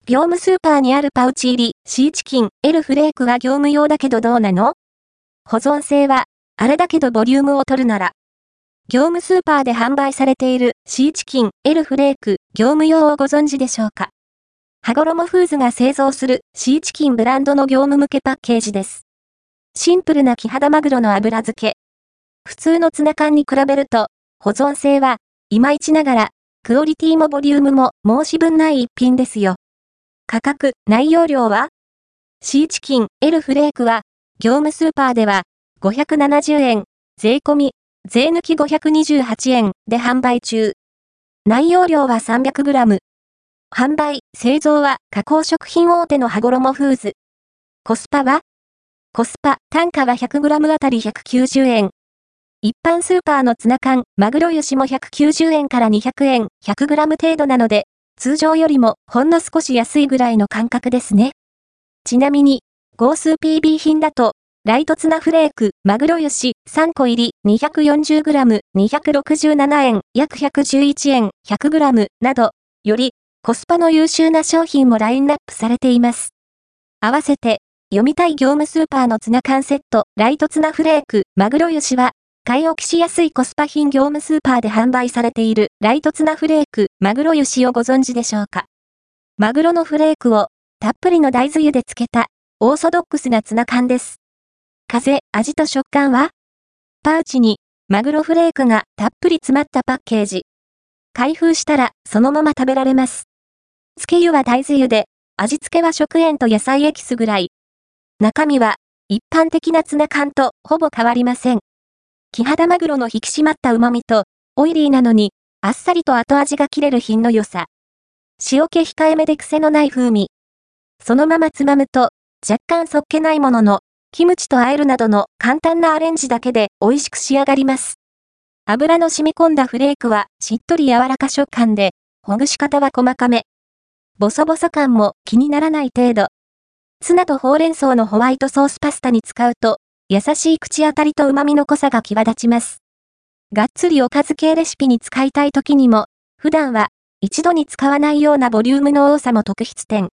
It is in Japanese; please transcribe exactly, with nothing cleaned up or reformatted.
業務スーパーにあるパウチ入りシーチキン L フレークは業務用だけどどうなの？保存性はあれだけどボリュームを取るなら。業務スーパーで販売されているシーチキン L フレーク業務用をご存知でしょうか？はごろもフーズが製造するシーチキンブランドの業務向けパッケージです。シンプルなキハダマグロの油漬け。普通のツナ缶に比べると保存性はいまいちながらクオリティもボリュームも申し分ない一品ですよ。価格、内容量は？シーチキン L フレークは業務スーパーではごひゃくななじゅうえん、税込み、税抜きごひゃくにじゅうはちえんで販売中。内容量は さんびゃくグラム。販売、製造は加工食品大手のはごろもフーズ。コスパは？コスパ、単価は ひゃくグラム あたりひゃくきゅうじゅうえん。一般スーパーのツナ缶、マグロ油脂もひゃくきゅうじゅうえんからにひゃくえん、ひゃくグラム 程度なので、通常よりもほんの少し安いぐらいの感覚ですね。ちなみに、合数 ピービー 品だと、ライトツナフレーク、マグロ油脂さんこ入り にひゃくよんじゅうグラム、にひゃくろくじゅうななえん、約ひゃくじゅういちえん、ひゃくグラム など、よりコスパの優秀な商品もラインナップされています。合わせて、読みたい業務スーパーのツナ缶セット、ライトツナフレーク、マグロ油脂は、買い置きしやすいコスパ品業務スーパーで販売されているライトツナフレーク、マグロ油脂をご存知でしょうか？マグロのフレークをたっぷりの大豆油で漬けたオーソドックスなツナ缶です。風、味と食感は？パウチにマグロフレークがたっぷり詰まったパッケージ。開封したらそのまま食べられます。漬け湯は大豆油で、味付けは食塩と野菜エキスぐらい。中身は一般的なツナ缶とほぼ変わりません。キハダマグロの引き締まった旨味と、オイリーなのにあっさりと後味が切れる品の良さ。塩気控えめで癖のない風味。そのままつまむと、若干そっけないものの、キムチと和えるなどの簡単なアレンジだけで美味しく仕上がります。油の染み込んだフレークはしっとり柔らか食感で、ほぐし方は細かめ。ボソボソ感も気にならない程度。ツナとほうれん草のホワイトソースパスタに使うと、優しい口当たりと旨味の濃さが際立ちます。がっつりおかず系レシピに使いたい時にも、普段は一度に使わないようなボリュームの多さも特筆点。